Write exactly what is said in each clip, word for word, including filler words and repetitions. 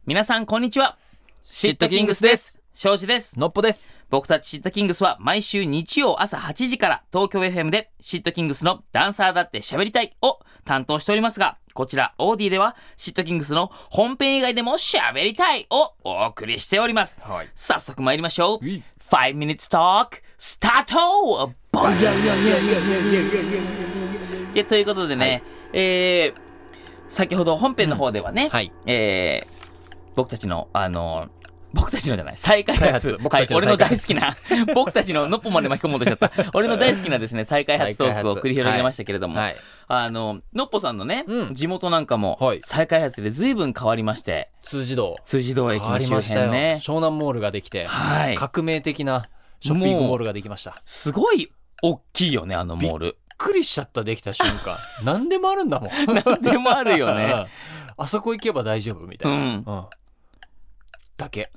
皆さんこんにちは。シットキングスです。庄司です。 のっぽです。 僕たちシットキングスは毎週日曜朝はちじから東京 エフエム でシットキングスのダンサーだって喋りたいを担当しておりますが、こちらオーディではシットキングスの本編以外でも喋りたいをお送りしております、はい、早速参りましょう。ファイブミニッツトークスタート。ボンいやということでね、はい、えー、先ほど本編の方ではね、うん、はい、えー、僕たちのあの僕たちのじゃない再開発、はい、俺の大好きな僕たちののっぽまで巻き込もうとしちゃった俺の大好きなですね再開発トークを繰り広げましたけれども、はいはい、あののっぽさんのね、うん、地元なんかも再開発で随分変わりまして、 通じ道通じ道駅の周辺ね、 湘南モールができて、はい、革命的なショッピングモールができました。 すごい大きいよね、あのモール。 びっくりしちゃった、できた瞬間何でもあるんだもん何でもあるよねあそこ行けば大丈夫みたいな、うんうん、だけ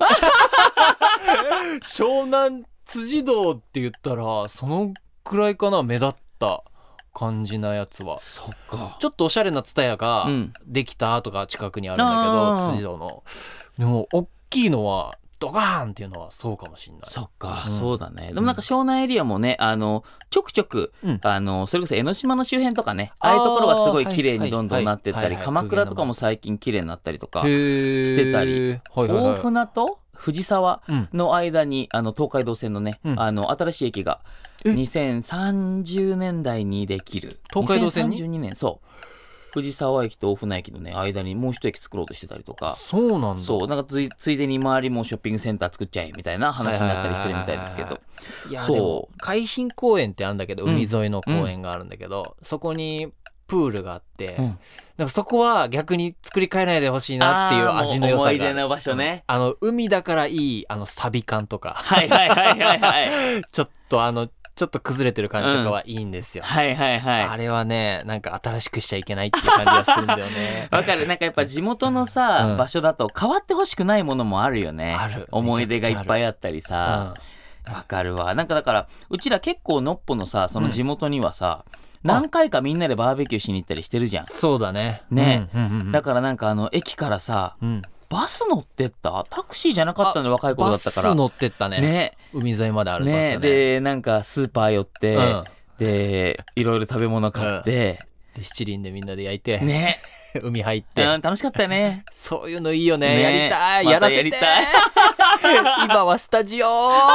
湘南辻堂って言ったらそのくらいかな、目立った感じなやつは。 そっか、 ちょっとおしゃれなツタヤができたとか近くにあるんだけど、うん、辻堂のでも大きいのはドカーンっていうのはそうかもしれない。 そっか、うん、そうだね。でもなんか湘南エリアもね、あのちょくちょく、うん、あのそれこそ江ノ島の周辺とかね、ああいうところがすごい綺麗にどんどんなってったり、鎌倉とかも最近綺麗になったりとかしてたり、大船と藤沢の間に、うん、あの東海道線のね、うん、あの新しい駅がにせんさんじゅうねんだいにできる。 東海道線ににせんさんじゅうにねん、そう藤沢駅と大船駅のね間にもう一駅作ろうとしてたりとか。 そうなんだ。 そうなんか つ, いついでに周りもショッピングセンター作っちゃえみたいな話になったりしてるみたいですけど、 いや、そうでも海浜公園ってあるんだけど、海沿いの公園があるんだけど、うん、そこにプールがあって、うん、なんかそこは逆に作り変えないでほしいなっていう味の良さが。 思い出の場所ね、 うん、あの海だからいいあのサビ感とかはいはいはいはいはいちょっとあのちょっと崩れてる感じとかはいいんですよ、 うん、はいはいはい。 あれはね、なんか新しくしちゃいけないっていう感じがするんだよねわかる。なんかやっぱ地元のさ、うん、場所だと変わってほしくないものもあるよね。 ある、 思い出がいっぱいあったりさ、わ、うん、かるわ。なんかだからうちら結構のっぽのさ、その地元にはさ、うん、何回かみんなでバーベキューしに行ったりしてるじゃん。 そうだね。 ね、うんうんうん、だからなんかあの駅からさ、うん、バス乗ってった？タクシーじゃなかったの、若い頃だったから。 バス乗ってったね。ね、海沿いまであるバスね。 ねでなんかスーパー寄って、うん、でいろいろ食べ物買って、 うん、で七輪でみんなで焼いてね海入って、 うん、楽しかったよね。 そういうのいいよ ね, ね。やりたい、ま、やらせてやりたい今はスタジオ本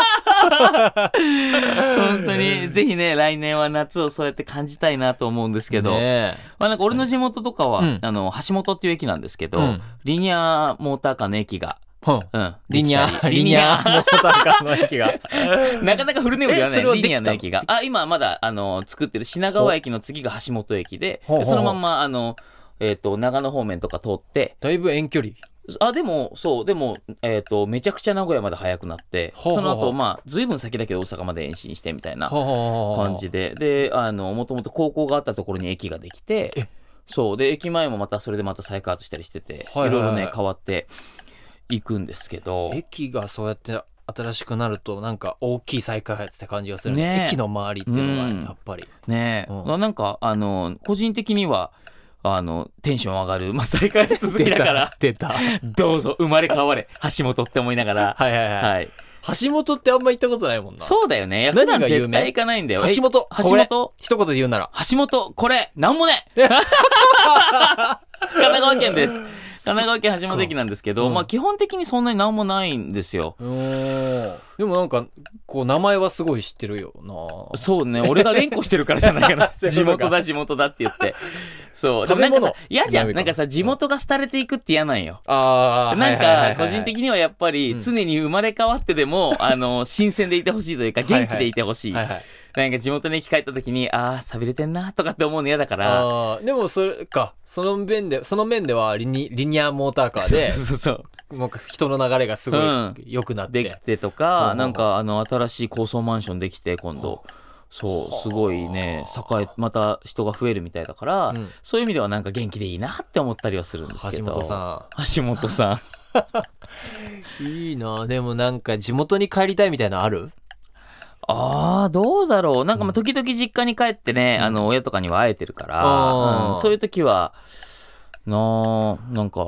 当にぜひね、来年は夏をそうやって感じたいなと思うんですけど、ね、まあ、なんか俺の地元とかは、うん、あの橋本っていう駅なんですけど、うん、リニアモーターカーの駅が、うんうん、 リニアリニアモーターカーの駅がなかなかフルネームではないリニアの駅が、あ今まだあの作ってる品川駅の次が橋本駅 で, でそのまんまあの、えー、と長野方面とか通って、 だいぶ遠距離。 あでもそうでも、えー、とめちゃくちゃ名古屋まで早くなって、ほうほうほう、その後まあずいぶん先だけど大阪まで延伸してみたいな感じで、であのもともと高校があったところに駅ができて、そうで駅前もまたそれでまた再開発したりしてて、はいはいはい、いろいろね変わっていくんですけど、 駅がそうやって新しくなるとなんか大きい再開発って感じがするね。駅の周りっていうのがやっぱり、 うん、ねえ、うん、なんかあの個人的にはあのテンション上がる、まあ、再開発続きだから出たどうぞ生まれ変われ橋本って思いながらはいはいはい、はい、橋本ってあんま行ったことないもんな。 そうだよね。普段絶対行かないんだよ。 橋本橋本一言で言うなら橋本これなんもね神奈川県です。神奈川県橋本駅なんですけど、うん、まあ基本的にそんなになんもないんですよ。 でもなんかこう名前はすごい知ってるよな。 そうね、俺が連呼してるからじゃないかな地元だ地元だって言ってそうでもなんかさ嫌じゃん。なんかさ地元が廃れていくって嫌なんよ。あなんか個人的にはやっぱり常に生まれ変わってでも、うん、あの新鮮でいてほしいというか元気でいてほしい、はいはいはいはい、なんか地元に駅帰った時にあー寂れてんなとかって思うの嫌だから。 あでもそれかその面でその面ではリニ、リニアモーターカーでそうそうそうもう人の流れがすごい良くなって、うん、 できてとか、うん、なんかあの新しい高層マンションできて今度、うん、そうすごいね栄えまた人が増えるみたいだから、うん、そういう意味ではなんか元気でいいなって思ったりはするんですけど。 橋本さん橋本さんいいな。でもなんか地元に帰りたいみたいなのある？ あーどうだろう。なんかまあ時々実家に帰ってね、うん、あの親とかには会えてるから、うん、そういう時はななんか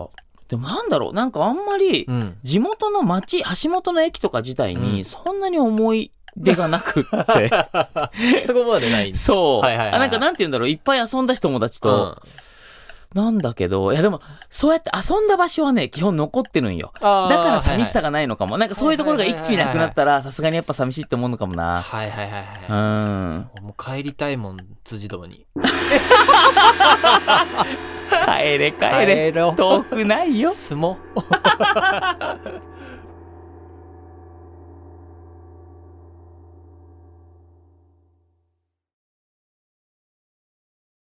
でもなんだろう、なんかあんまり地元の町、橋本の駅とか自体にそんなに思い出がなくって、 うん、そこまでない。 そう、はいはいはいはい、なんかなんて言うんだろう、いっぱい遊んだ友達と、うん、なんだけど、いやでもそうやって遊んだ場所はね基本残ってるんよ。だから寂しさがないのかも、はいはい、なんかそういうところが一気になくなったらさすがにやっぱ寂しいって思うのかもな。 はいはいはいはい、 うん、 もう帰りたいもん辻堂に。 帰れ帰れ、遠くないよ。 相撲